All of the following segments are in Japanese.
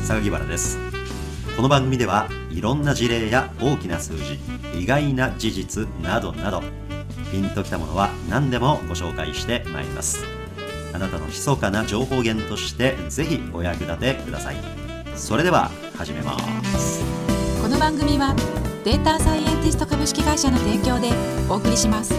榊原です。この番組ではいろんな事例や大きな数字、意外な事実などなどピンときたものは何でもご紹介してまいります。あなたの密かな情報源としてぜひお役立てください。それでは始めます。 この番組はデータサイエンティスト株式会社の提供でお送りします。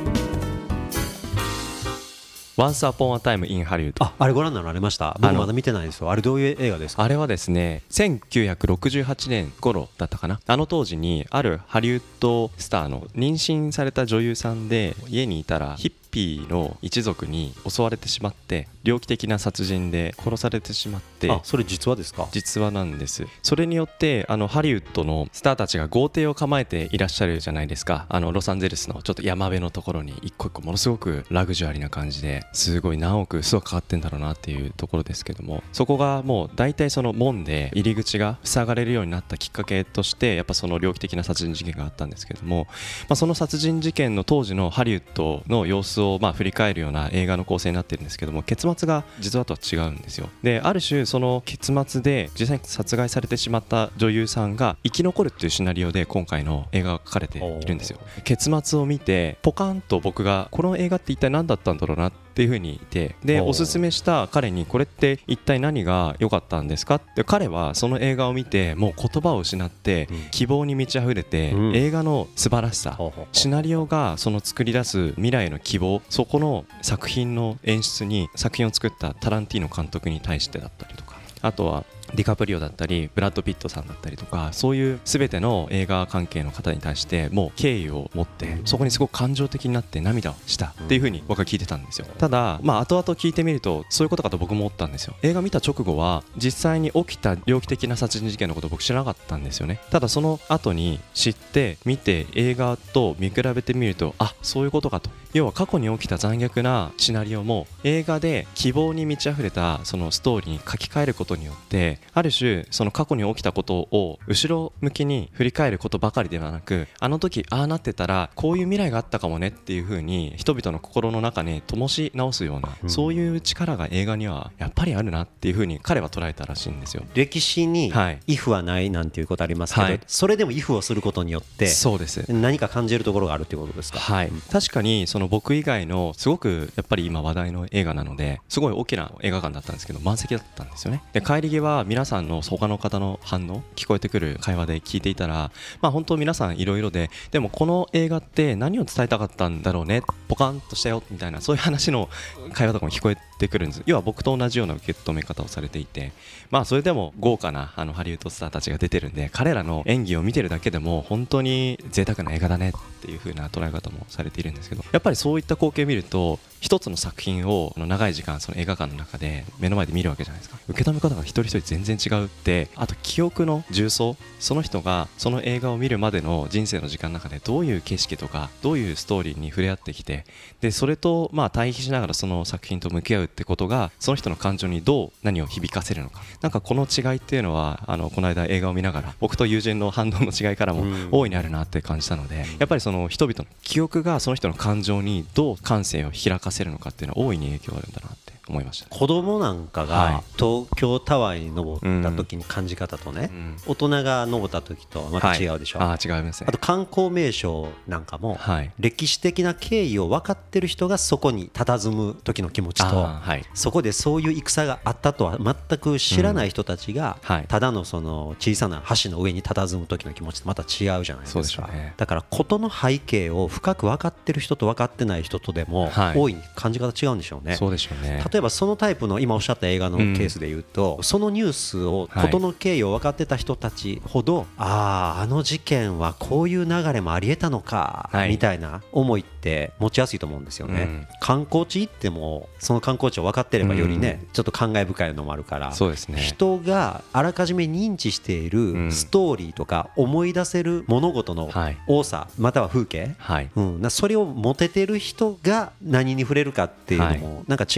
Once Upon a Time in Hollywood。 あれご覧になられました？僕まだ見てないですよ。あれどういう映画ですか？ あれはですね、1968年頃だったかな。あの当時にあるハリウッドスターの妊娠された女優さんで、家にいたらヒッピーの一族に襲われてしまって、猟奇的な殺人で殺されてしまって。 それ実話ですか？ 実話なんです。それによってハリウッドのスターたちが豪邸を構えていらっしゃるじゃないですか。ロサンゼルスのちょっと山辺のところに一個一個ものすごくラグジュアリーな感じで、すごい何億すごくかかってんだろうなっていうところですけども、そこがもう大体その門で入り口が塞がれるようになったきっかけとして、やっぱその猟奇的な殺人事件があったんですけども、その殺人事件の当時のハリウッドの様子を振り返るような映画の構成になってるんですけども、結末が実話とは違うんですよ。で、ある種その結末で実際に殺害されてしまった女優さんが生き残るっていうシナリオで今回の映画が書かれているんですよ。結末を見てポカンと僕がこの映画って一体何だったんだろうなっていう風にいて、でおすすめした彼にこれって一体何が良かったんですかって、彼はその映画を見てもう言葉を失って希望に満ち溢れて、映画の素晴らしさ、シナリオがその作り出す未来の希望、そこの作品の演出に作品を作ったタランティーノ監督に対してだったりとか、あとはディカプリオだったりブラッド・ピットさんだったりとか、そういう全ての映画関係の方に対してもう敬意を持って、そこにすごく感情的になって涙をしたっていう風に僕は聞いてたんですよ。ただ後々聞いてみるとそういうことかと僕も思ったんですよ。映画見た直後は実際に起きた猟奇的な殺人事件のことを僕知らなかったんですよね。ただその後に知って見て映画と見比べてみると、そういうことかと。要は過去に起きた残虐なシナリオも映画で希望に満ち溢れたそのストーリーに書き換えることによって、ある種その過去に起きたことを後ろ向きに振り返ることばかりではなく、あの時なってたらこういう未来があったかもねっていう風に人々の心の中に灯し直すような、そういう力が映画にはやっぱりあるなっていう風に彼は捉えたらしいんですよ。 歴史にイフはないなんていうことありますけど、それでもイフをすることによってそうです何か感じるところがあるっていうことですか？ 確かにその僕以外のすごくやっぱり今話題の映画なので、すごい大きな映画館だったんですけど満席だったんですよね。で、帰り際皆さんの他の方の反応、聞こえてくる会話で聞いていたら、本当皆さんいろいろで、でもこの映画って何を伝えたかったんだろうね、ポカンとしたよみたいな、そういう話の会話とかも聞こえてくるんです。要は僕と同じような受け止め方をされていて、それでも豪華なハリウッドスターたちが出てるんで、彼らの演技を見てるだけでも本当に贅沢な映画だねっていう風な捉え方もされているんですけど、やっぱりそういった光景を見ると、一つの作品を長い時間その映画館の中で目の前で見るわけじゃないですか。受け止め方が一人一人全然違うって、あと記憶の重層、その人がその映画を見るまでの人生の時間の中でどういう景色とかどういうストーリーに触れ合ってきて、でそれと対比しながらその作品と向き合うってことが、その人の感情にどう何を響かせるのか、なんかこの違いっていうのはこの間映画を見ながら僕と友人の反応の違いからも大いにあるなって感じたので、やっぱりその人々の記憶がその人の感情にどう感性を開かせるのかっていうのは大いに影響があるんだなって思いました。 子供なんかが東京タワーに登った時に感じ方とね、大人が登った時とまた違うでしょ。 違いますね。 あと観光名所なんかも、歴史的な経緯を分かってる人がそこに佇む時の気持ちと、そこでそういう戦があったとは全く知らない人たちが、ただのその小さな橋の上に佇む時の気持ちとまた違うじゃないですか。だから事の背景を深く分かってる人と分かってない人とでも大いに感じ方違うんでしょうね。 そうでしょうね。 例えばそのタイプの今おっしゃった映画のケースでいうと、そのニュースを事の経緯を分かってた人たちほど、あの事件はこういう流れもありえたのかみたいな思いって持ちやすいと思うんですよね。観光地行ってもその観光地を分かってればよりね、ちょっと感慨深いのもあるから、そうですね、人があらかじめ認知しているストーリーとか思い出せる物事の多さ、または風景、それを持ててる人が何に触れるかっていうのもなんか違いをもた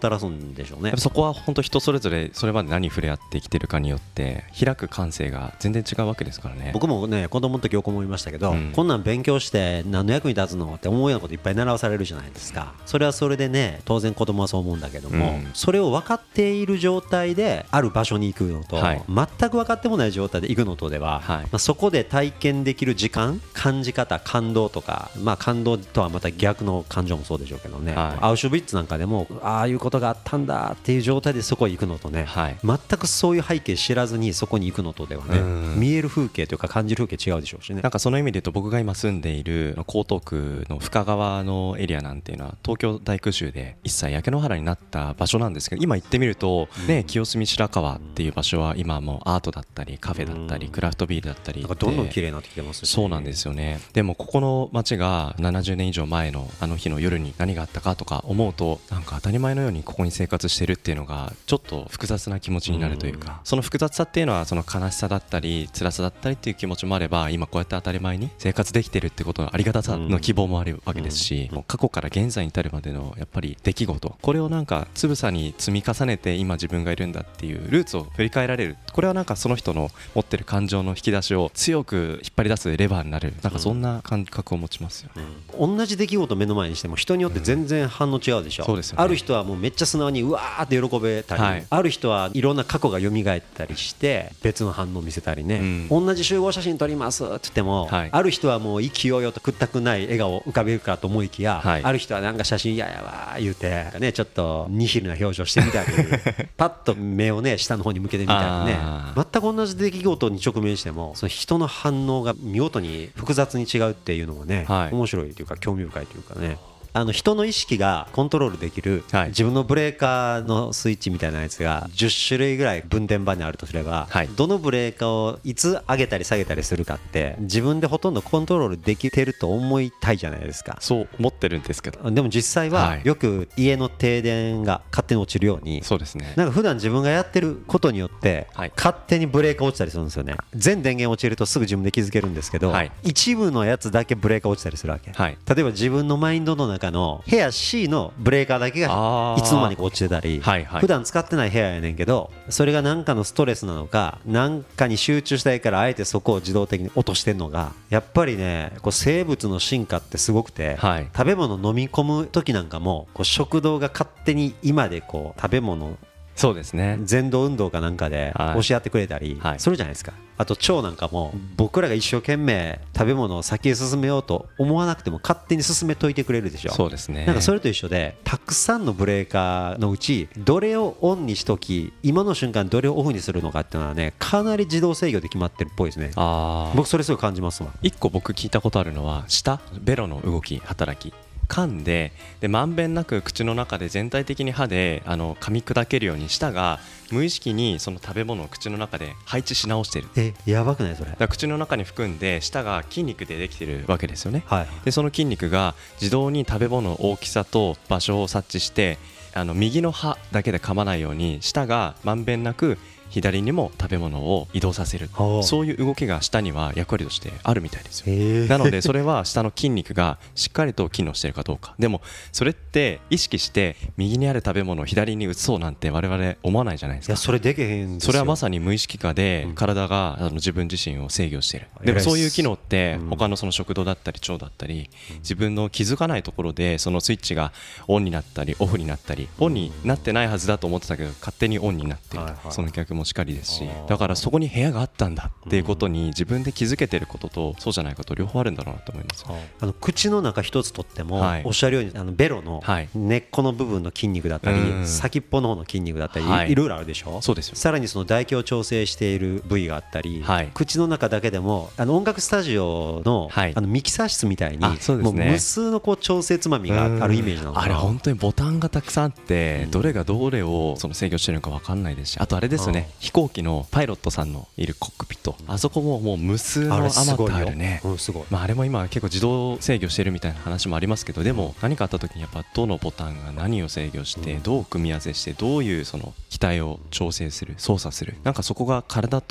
たらすんでしょうね。 そこは本当人それぞれそれまで何触れ合ってきてるかによって開く感性が全然違うわけですからね。 僕もね子供の時よく思いましたけど、こんなん勉強して何の役に立つのって思うようなこといっぱい習わされるじゃないですか。それはそれでね当然子供はそう思うんだけども、それを分かっている状態である場所に行くのと、全く分かってもない状態で行くのとでは、そこで体験できる時間、感じ方、感動とか、感動とはまた逆の感情もそうでしょうけどね、アウシュビッツなんかでもああいうことがあったんだっていう状態でそこへ行くのとね、全くそういう背景知らずにそこに行くのとではね、見える風景というか感じる風景違うでしょうしね。 なんかその意味で言うと僕が今住んでいる江東区の深川のエリアなんていうのは東京大空襲で一切焼け野原になった場所なんですけど、今行ってみるとね、清澄白河っていう場所は今もうアートだったりカフェだったりクラフトビールだったりなんかどんどん綺麗になってきてますし、 そうなんですよね。でもここの街が70年以上前のあの日の夜に何があったかとか思うと、なんか当たり前のようにここに生活してるっていうのがちょっと複雑な気持ちになるというか、その複雑さっていうのはその悲しさだったり辛さだったりっていう気持ちもあれば、今こうやって当たり前に生活できてるってことのありがたさの希望もあるわけですし、もう過去から現在に至るまでのやっぱり出来事、これをなんかつぶさに積み重ねて今自分がいるんだっていうルーツを振り返られる、これはなんかその人の持ってる感情の引き出しを強く引っ張り出すレバーになる、なんかそんな感覚を持ちますよね。 同じ出来事を目の前にしても人によって全然反応違うでしょ。 そうですよね。 ある人はもうめっちゃ素直にうわーって喜べたり、ある人はいろんな過去が蘇ったりして別の反応を見せたりね、同じ集合写真撮りますって言っても、ある人はもう勢いよとくったくない笑顔を浮かべるかと思いきや、ある人はなんか写真嫌やわー言うてね、ちょっとニヒルな表情してみたりパッと目をね下の方に向けてみたりね、全く同じ出来事に直面してもその人の反応が見事に複雑に違うっていうのがね、面白いというか興味深いというかね。人の意識がコントロールできる自分のブレーカーのスイッチみたいなやつが10種類ぐらい分電盤にあるとすれば、どのブレーカーをいつ上げたり下げたりするかって自分でほとんどコントロールできてると思いたいじゃないですか。 そう思ってるんですけど、 でも実際はよく家の停電が勝手に落ちるように、 そうですね、 なんか普段自分がやってることによって勝手にブレーカー落ちたりするんですよね。全電源落ちるとすぐ自分で気づけるんですけど、一部のやつだけブレーカー落ちたりするわけ。例えば自分のマインドの中の部屋 C のブレーカーだけがいつの間にか落ちてたり、普段使ってない部屋やねんけど、それが何かのストレスなのか何かに集中したいからあえてそこを自動的に落としてんのが、やっぱりねこう生物の進化ってすごくて、食べ物飲み込む時なんかもこう食道が勝手に今でこう食べ物、 そうですね、 前動運動かなんかで押し合ってくれたりするじゃないですか。あと腸なんかも僕らが一生懸命食べ物を先へ進めようと思わなくても勝手に進めといてくれるでしょ。 そうですね。 なんかそれと一緒でたくさんのブレーカーのうちどれをオンにしとき今の瞬間どれをオフにするのかっていうのはね、かなり自動制御で決まってるっぽいですね。僕それすごい感じますわ。 一個僕聞いたことあるのは舌、ベロの動き、働き、噛んでまんべんなく口の中で全体的に歯で噛み砕けるように舌が無意識にその食べ物を口の中で配置し直してる。 やばくないそれ。 だから口の中に含んで舌が筋肉でできてるわけですよね。でその筋肉が自動に食べ物の大きさと場所を察知して右の歯だけで噛まないように舌がまんべんなく左にも食べ物を移動させる、そういう動きが舌には役割としてあるみたいですよ。なのでそれは舌の筋肉がしっかりと機能しているかどうか。でもそれって意識して右にある食べ物を左に移そうなんて我々思わないじゃないですか。 いやそれできへんですよ。 それはまさに無意識化で体が自分自身を制御している。でもそういう機能って他のその食道だったり腸だったり自分の気づかないところでそのスイッチがオンになったりオフになったり、オンになってないはずだと思ってたけど勝手にオンになっている、その逆もしかりですし、だからそこに部屋があったんだっていうことに自分で気づけてることとそうじゃないこと両方あるんだろうなと思います。 口の中一つとってもおっしゃるようにベロの根っこの部分の筋肉だったり先っぽの方の筋肉だったりいろいろあるでしょ。 そうですよ。 さらにその唾液を調整している部位があったり、口の中だけでも音楽スタジオのミキサー室みたいにもう無数のこう調整つまみがあるイメージなのかな。 あれ本当にボタンがたくさんあってどれがどれをその制御してるのか分かんないですし、あとあれですよね、飛行機のパイロットさんのいるコックピット、あそこももう無数のあまたあるね。あれも今結構自動制御してるみたいな話もありますけど、でも何かあった時にやっぱどのボタンが何を制御してどう組み合わせしてどういうその機体を調整する操作する、なんかそこが体と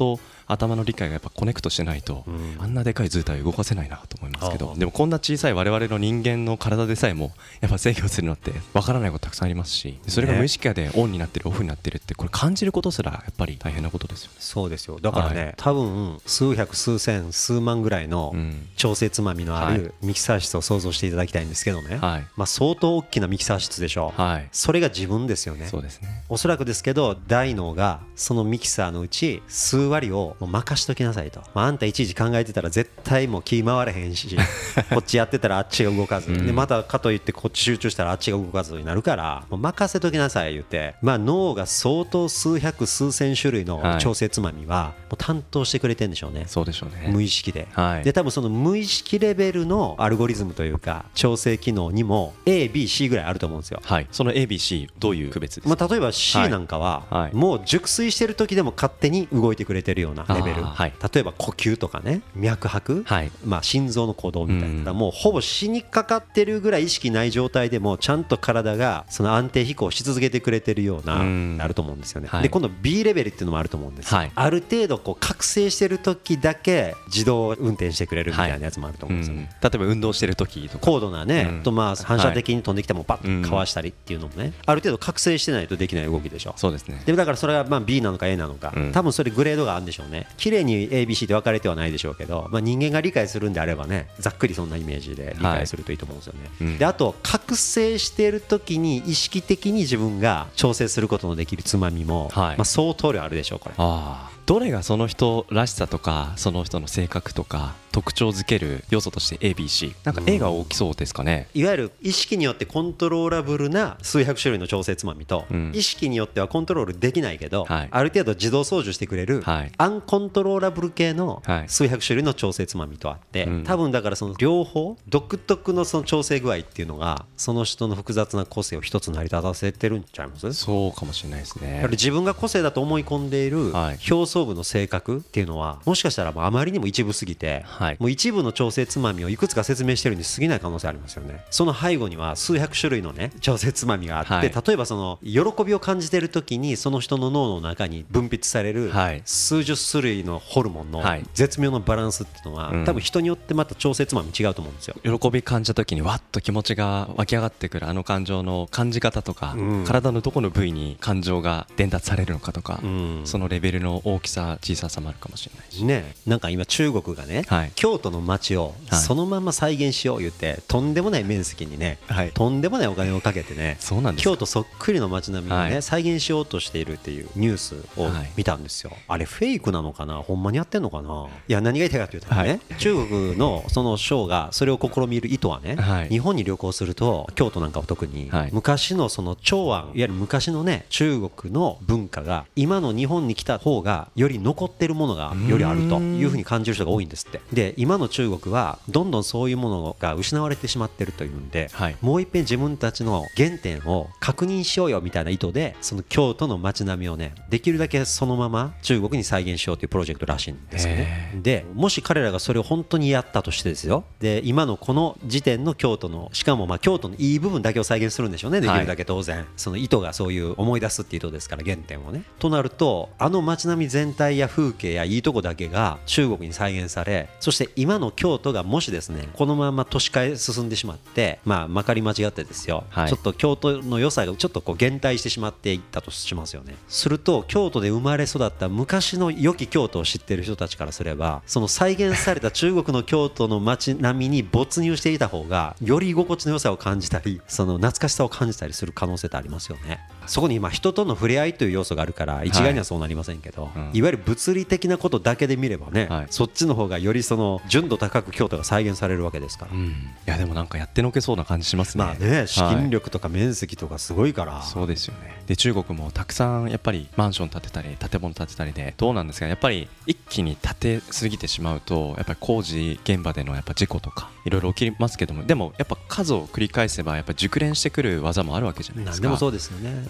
頭の理解がやっぱコネクトしてないと、あんなでかい図体動かせないなと思いますけど、でもこんな小さい我々の人間の体でさえもやっぱ制御するのってわからないことたくさんありますし、それが無意識化でオンになってるオフになってるって、これ感じることすらやっぱり大変なことですよね。 そうですよ。だからね、多分数百数千数万ぐらいの調整つまみのあるミキサー室を想像していただきたいんですけどね、相当大きなミキサー室でしょ。それが自分ですよね。 そうですね。 おそらくですけど大脳がそのミキサーのうち数割をもう任しときなさいと、あんたいちいち考えてたら絶対もう気回れへんしこっちやってたらあっちが動かず、でまたかといってこっち集中したらあっちが動かずになるから、もう任せときなさい言って、脳が相当数百数千種類の調整つまみはもう担当してくれてるんでしょうね。 そうでしょうね。 無意識で、で多分その無意識レベルのアルゴリズムというか調整機能にも A、B、C ぐらいあると思うんですよ。 その A、B、C どういう区別ですか？ 例えば C なんかはもう熟睡してる時でも勝手に動いてくれてるようなレベル、例えば呼吸とかね、脈拍、心臓の鼓動みたいな、もうほぼ死にかかってるぐらい意識ない状態でもちゃんと体がその安定飛行し続けてくれてるようなあると思うんですよね。で今度 B レベルっていうのもあると思うんですよ。ある程度こう覚醒してる時だけ自動運転してくれるみたいなやつもあると思うんですよね。 例えば運動してる時とか高度なね、反射的に飛んできてもパッとかわしたりっていうのもね、ある程度覚醒してないとできない動きでしょ。 そうですね。 でだからそれがB なのか A なのか、多分それグレードがあるんでしょうね。綺麗に ABC で分かれてはないでしょうけど、人間が理解するんであればね、ざっくりそんなイメージで理解するといいと思うんですよね。であと覚醒している時に意識的に自分が調整することのできるつまみも、相当量あるでしょうこれ。 どれがその人らしさとかその人の性格とか特徴づける要素として A、B、C なんか A が大きそうですかね。 いわゆる意識によってコントローラブルな数百種類の調整つまみと、意識によってはコントロールできないけど、ある程度自動操縦してくれる、アンコントローラブル系の数百種類の調整つまみとあって、多分だからその両方独特のその調整具合っていうのがその人の複雑な個性を一つ成り立たせてるんちゃいます？ そうかもしれないですね。 自分が個性だと思い込んでいる表層部の性格っていうのはもしかしたらあまりにも一部すぎて、もう一部の調整つまみをいくつか説明してるに過ぎない可能性ありますよね。その背後には数百種類のね調整つまみがあって、例えばその喜びを感じてる時にその人の脳の中に分泌される数十種類のホルモンの絶妙なバランスっていうのは、多分人によってまた調整つまみ違うと思うんですよ。 喜び感じた時にわっと気持ちが湧き上がってくるあの感情の感じ方とか、体のどこの部位に感情が伝達されるのかとか、そのレベルの大きさ小ささもあるかもしれないしね。なんか今中国がね、京都の街をそのまま再現しよう言ってとんでもない面積にね、とんでもないお金をかけてね、京都そっくりの街並みをね再現しようとしているっていうニュースを見たんですよ。あれフェイクなのかな、ほんまにやってんのかな。いや何が言いたいかというとね、中国のそのショーがそれを試みる意図はね、日本に旅行すると京都なんかは特に昔のその長安、いわゆる昔のね中国の文化が今の日本に来た方がより残ってるものがよりあるというふうに感じる人が多いんですって。で今の中国はどんどんそういうものが失われてしまってるというんで、もう一遍自分たちの原点を確認しようよみたいな意図でその京都の街並みをねできるだけそのまま中国に再現しようというプロジェクトらしいんですよね。でもし彼らがそれを本当にやったとしてですよ、で今のこの時点の京都のしかも京都のいい部分だけを再現するんでしょうね、できるだけ当然、その意図がそういう思い出すっていう意図ですから原点をね。となるとあの街並み全体や風景やいいとこだけが中国に再現され、そして今の京都がもしですねこのまま都市化へ進んでしまってまかり間違ってですよ、ちょっと京都の良さがちょっとこう減退してしまっていったとしますよね。すると京都で生まれ育った昔の良き京都を知っている人たちからすれば、その再現された中国の京都の街並みに没入していた方がより居心地の良さを感じたり、その懐かしさを感じたりする可能性ってありますよね。そこに人との触れ合いという要素があるから一概にはそうなりませんけど、いわゆる物理的なことだけで見ればね、そっちの方がよりその純度高く京都が再現されるわけですから、 いやでもなんかやってのけそうな感じしますね。 資金力とか面積とかすごいから、 そうですよね。で中国もたくさんやっぱりマンション建てたり建物建てたりでどうなんですか、やっぱり一気に建てすぎてしまうとやっぱり工事現場でのやっぱ事故とかいろいろ起きますけども、でもやっぱ数を繰り返せばやっぱ熟練してくる技もあるわけじゃないですか。 何でもそうですよね。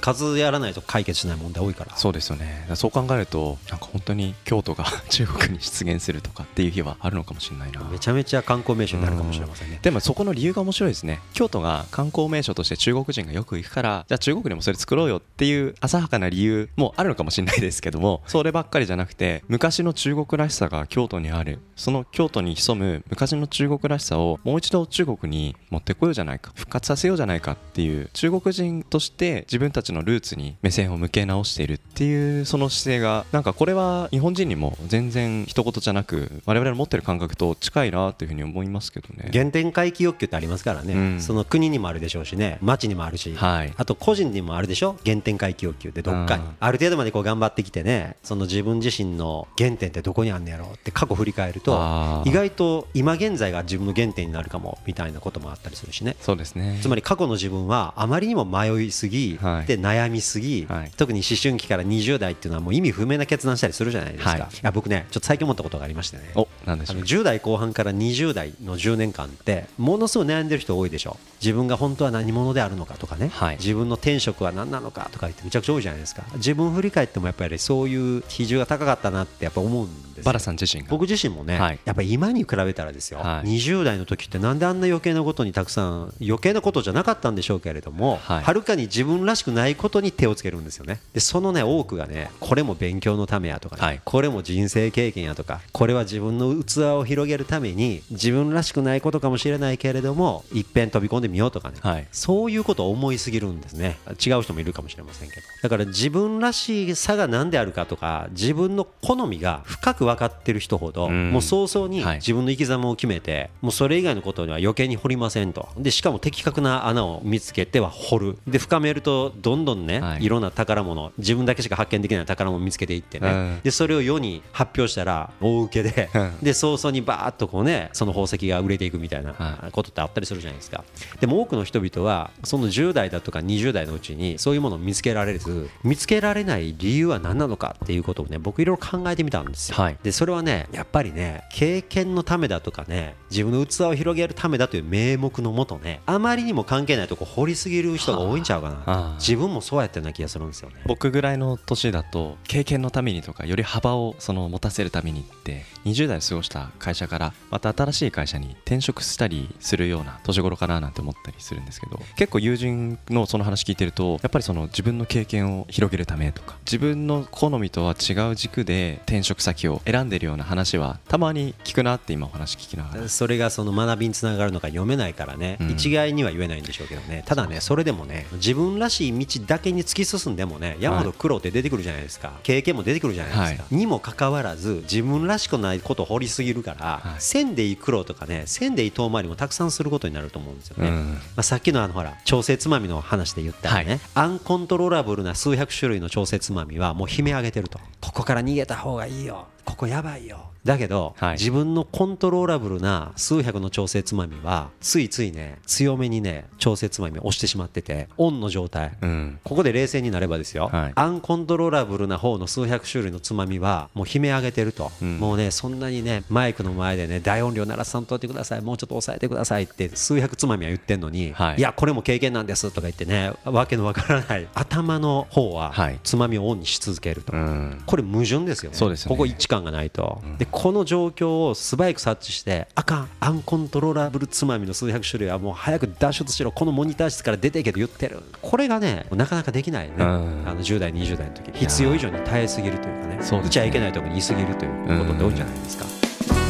数やらないと解決しない問題多いから。 そうですよね。そう考えるとなんか本当に京都が中国に出現するとかっていう日はあるのかもしれないな。 めちゃめちゃ観光名所になるかもしれませんね。 でもそこの理由が面白いですね。京都が観光名所として中国人がよく行くから、じゃあ中国にもそれ作ろうよっていう浅はかな理由もあるのかもしれないですけども、そればっかりじゃなくて昔の中国らしさが京都にある、その京都に潜む昔の中国らしさをもう一度中国に持ってこようじゃないか、復活させようじゃないかっていう、中国人として自分たちのルーツに目線を向け直しているっていうその姿勢が、なんかこれは日本人にも全然一言じゃなく我々の持ってる感覚と近いなというふうに思いますけどね。 原点回帰欲求ってありますからね、その国にもあるでしょうしね、町にもあるし、あと個人にもあるでしょ、原点回帰欲求ってどっかにある程度までこう頑張ってきてね、その自分自身の原点ってどこにあんねやろうって過去振り返ると意外と今現在が自分の原点になるかもみたいなこともあったりするしね。 そうですね。 つまり過去の自分はあまりにも迷いすぎ、で悩みすぎ、特に思春期から20代っていうのはもう意味不明な決断したりするじゃないですか。いや僕ねちょっと最近思ったことがありましてね。 何でしょう。 10代後半から20代の10年間ってものすごい悩んでる人多いでしょ。自分が本当は何者であるのかとかね、自分の転職は何なのかとか言ってめちゃくちゃ多いじゃないですか。自分振り返ってもやっぱりそういう比重が高かったなってやっぱ思うんですよ。 バラさん自身が。 僕自身もね、やっぱり今に比べたらですよ、20代の時ってなんであんな余計なことにたくさん、余計なことじゃなかったんでしょうけれども、はるかに自分らしくないことに手をつけるんですよね。でそのね多くがね、これも勉強のためやとかね、これも人生経験やとか、これは自分の器を広げるために自分らしくないことかもしれないけれどもいっぺん飛び込んでみようとかね、そういうことを思いすぎるんですね。違う人もいるかもしれませんけど、だから自分らしさが何であるかとか自分の好みが深く分かってる人ほど、もう早々に自分の生き様を決めて、もうそれ以外のことには余計に掘りませんと。でしかも的確な穴を見つけては掘る。で深めるとどんどんね、いろんな宝物、自分だけしか発見できない宝物を見つけていってね、でそれを世に発表したら大受けで、で早々にバーッとこうねその宝石が売れていくみたいなことってあったりするじゃないですか。でも多くの人々はその10代だとか20代のうちにそういうものを見つけられず、見つけられない理由は何なのかっていうことをね僕いろいろ考えてみたんですよ。でそれはねやっぱりね経験のためだとかね、自分の器を広げるためだという名目のもとね、あまりにも関係ないとこ掘りすぎる人が多いんちゃうかな。自分もそうやったような気がするんですよね。 僕ぐらいの年だと経験のためにとかより幅をその持たせるためにって20代過ごした会社からまた新しい会社に転職したりするような年頃かななんて思ったりするんですけど、結構友人のその話聞いてるとやっぱりその自分の経験を広げるためとか自分の好みとは違う軸で転職先を選んでるような話はたまに聞くなって今お話聞きながら。 それがその学びにつながるのか読めないからね、一概には言えないんでしょうけどね。ただねそれでもね自分らしい道だけに突き進んでもね山ほど苦労って出てくるじゃないですか、経験も出てくるじゃないですか、にもかかわらず自分らしくないことを掘りすぎるから、線でいい苦労とかね線でいい遠回りもたくさんすることになると思うんですよね。さっきのほら調整つまみの話で言ったらね、アンコントローラブルな数百種類の調整つまみはもう悲鳴上げてると、ここから逃げた方がいいよ、ここやばいよ。だけど、自分のコントローラブルな数百の調整つまみはついついね強めにね調整つまみを押してしまっててオンの状態、ここで冷静になればですよ、アンコントローラブルな方の数百種類のつまみはもう悲鳴上げてると、もうねそんなにねマイクの前でね大音量鳴らさんといてください、もうちょっと抑えてくださいって数百つまみは言ってんのに、いやこれも経験なんですとか言ってねわけのわからない頭の方はつまみをオンにし続けると、これ矛盾ですよね。ここ一致感がないと、でこの状況を素早く察知してあかん、アンコントローラブルつまみの数百種類はもう早く脱出しろ、このモニター室から出ていけと言ってる。これがねなかなかできないね、10代20代の時必要以上に耐えすぎるというかね、いちゃいけないところにいすぎるということって多いんじゃないですか。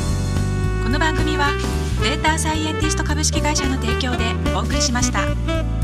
この番組はデータサイエンティスト株式会社の提供でお送りしました。